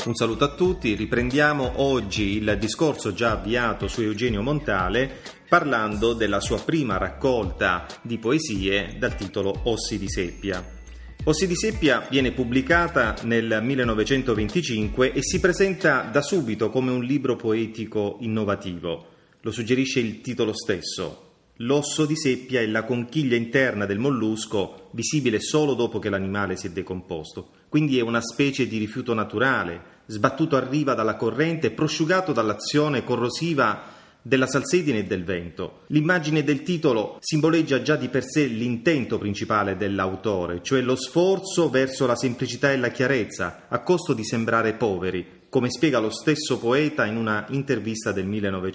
Un saluto a tutti, riprendiamo oggi il discorso già avviato su Eugenio Montale parlando della sua prima raccolta di poesie dal titolo Ossi di seppia. Ossi di seppia viene pubblicata nel 1925 e si presenta da subito come un libro poetico innovativo. Lo suggerisce il titolo stesso. L'osso di seppia è la conchiglia interna del mollusco, visibile solo dopo che l'animale si è decomposto. Quindi è una specie di rifiuto naturale, sbattuto a riva dalla corrente e prosciugato dall'azione corrosiva della salsedine e del vento. L'immagine del titolo simboleggia già di per sé l'intento principale dell'autore, cioè lo sforzo verso la semplicità e la chiarezza, a costo di sembrare poveri, come spiega lo stesso poeta in una intervista del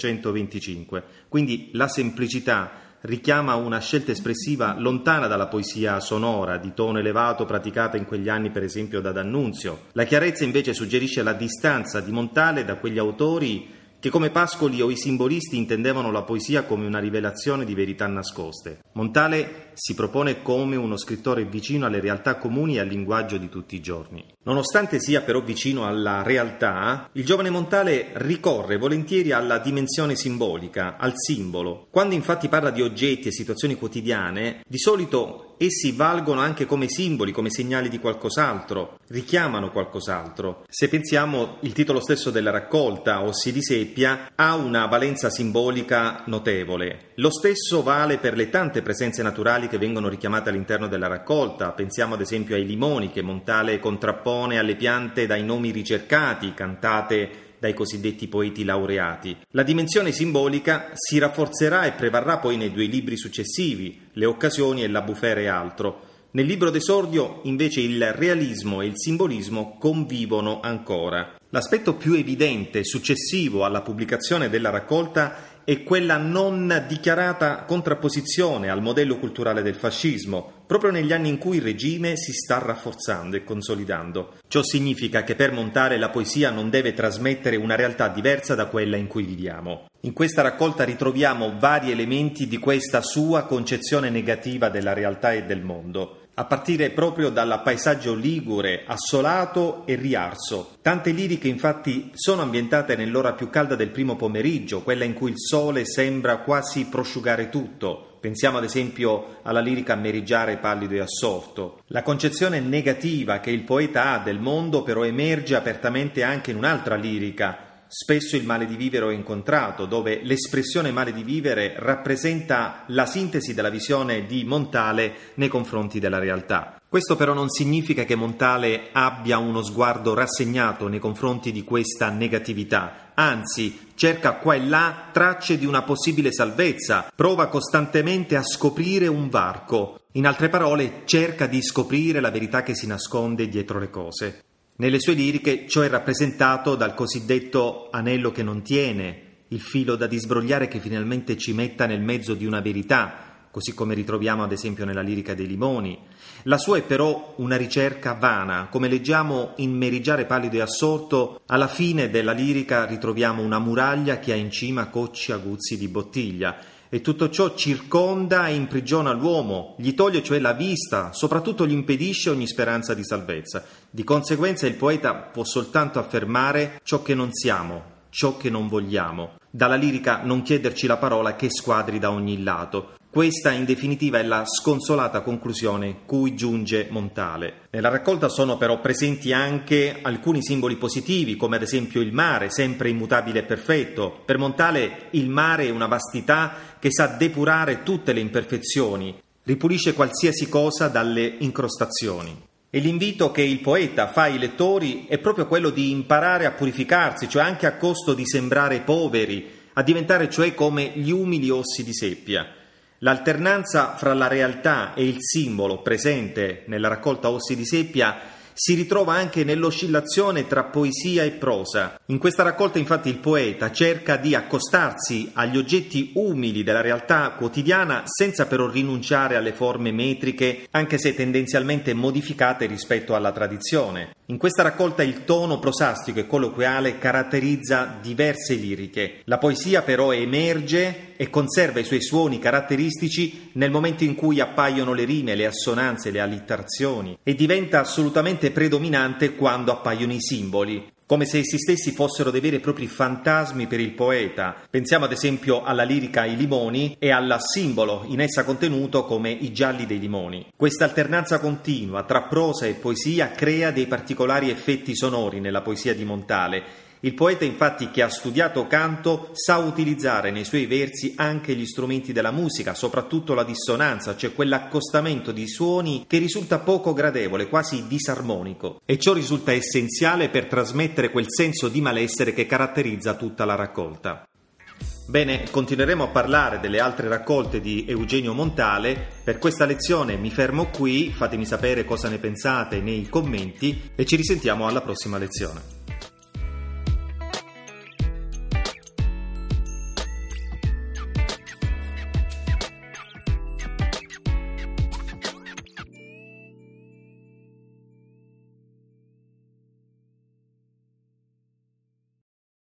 1925. Quindi la semplicità richiama una scelta espressiva lontana dalla poesia sonora, di tono elevato praticata in quegli anni per esempio da D'Annunzio. La chiarezza invece suggerisce la distanza di Montale da quegli autori che come Pascoli o i simbolisti intendevano la poesia come una rivelazione di verità nascoste. Montale si propone come uno scrittore vicino alle realtà comuni e al linguaggio di tutti i giorni. Nonostante sia però vicino alla realtà, il giovane Montale ricorre volentieri alla dimensione simbolica, al simbolo. Quando infatti parla di oggetti e situazioni quotidiane, di solito essi valgono anche come simboli, come segnali di qualcos'altro, richiamano qualcos'altro. Se pensiamo, il titolo stesso della raccolta, Ossi di seppia, ha una valenza simbolica notevole. Lo stesso vale per le tante presenze naturali che vengono richiamate all'interno della raccolta. Pensiamo ad esempio ai limoni che Montale contrappone alle piante dai nomi ricercati, cantate dai cosiddetti poeti laureati. La dimensione simbolica si rafforzerà e prevarrà poi nei due libri successivi, Le occasioni e La bufera e altro. Nel libro d'esordio invece il realismo e il simbolismo convivono ancora. L'aspetto più evidente successivo alla pubblicazione della raccolta è quella non dichiarata contrapposizione al modello culturale del fascismo, proprio negli anni in cui il regime si sta rafforzando e consolidando. Ciò significa che per Montale la poesia non deve trasmettere una realtà diversa da quella in cui viviamo. In questa raccolta ritroviamo vari elementi di questa sua concezione negativa della realtà e del mondo, a partire proprio dal paesaggio ligure, assolato e riarso. Tante liriche infatti sono ambientate nell'ora più calda del primo pomeriggio, quella in cui il sole sembra quasi prosciugare tutto. Pensiamo ad esempio alla lirica Meriggiare pallido e assorto. La concezione negativa che il poeta ha del mondo però emerge apertamente anche in un'altra lirica, Spesso il male di vivere ho incontrato, dove l'espressione male di vivere rappresenta la sintesi della visione di Montale nei confronti della realtà. Questo però non significa che Montale abbia uno sguardo rassegnato nei confronti di questa negatività, anzi cerca qua e là tracce di una possibile salvezza, prova costantemente a scoprire un varco. In altre parole, cerca di scoprire la verità che si nasconde dietro le cose. Nelle sue liriche ciò è rappresentato dal cosiddetto anello che non tiene, il filo da disbrogliare che finalmente ci metta nel mezzo di una verità, così come ritroviamo ad esempio nella lirica dei limoni. La sua è però una ricerca vana, come leggiamo in Meriggiare pallido e assorto, alla fine della lirica ritroviamo una muraglia che ha in cima cocci aguzzi di bottiglia. E tutto ciò circonda e imprigiona l'uomo, gli toglie cioè la vista, soprattutto gli impedisce ogni speranza di salvezza. Di conseguenza il poeta può soltanto affermare ciò che non siamo, ciò che non vogliamo. Dalla lirica non chiederci la parola che squadri da ogni lato. Questa in definitiva è la sconsolata conclusione cui giunge Montale. Nella raccolta sono però presenti anche alcuni simboli positivi, come ad esempio il mare, sempre immutabile e perfetto. Per Montale il mare è una vastità che sa depurare tutte le imperfezioni, ripulisce qualsiasi cosa dalle incrostazioni. E l'invito che il poeta fa ai lettori è proprio quello di imparare a purificarsi, cioè anche a costo di sembrare poveri, a diventare cioè come gli umili ossi di seppia. L'alternanza fra la realtà e il simbolo presente nella raccolta Ossi di seppia si ritrova anche nell'oscillazione tra poesia e prosa. In questa raccolta infatti il poeta cerca di accostarsi agli oggetti umili della realtà quotidiana senza però rinunciare alle forme metriche, anche se tendenzialmente modificate rispetto alla tradizione. In questa raccolta il tono prosastico e colloquiale caratterizza diverse liriche. La poesia però emerge e conserva i suoi suoni caratteristici nel momento in cui appaiono le rime, le assonanze, le allitterazioni, e diventa assolutamente predominante quando appaiono i simboli. come se essi stessi fossero dei veri e propri fantasmi per il poeta. Pensiamo ad esempio alla lirica I limoni e al simbolo in essa contenuto come i gialli dei limoni. Questa alternanza continua tra prosa e poesia crea dei particolari effetti sonori nella poesia di Montale. Il poeta, infatti, che ha studiato canto, sa utilizzare nei suoi versi anche gli strumenti della musica, soprattutto la dissonanza, cioè quell'accostamento di suoni che risulta poco gradevole, quasi disarmonico. E ciò risulta essenziale per trasmettere quel senso di malessere che caratterizza tutta la raccolta. Bene, continueremo a parlare delle altre raccolte di Eugenio Montale. Per questa lezione mi fermo qui, fatemi sapere cosa ne pensate nei commenti e ci risentiamo alla prossima lezione.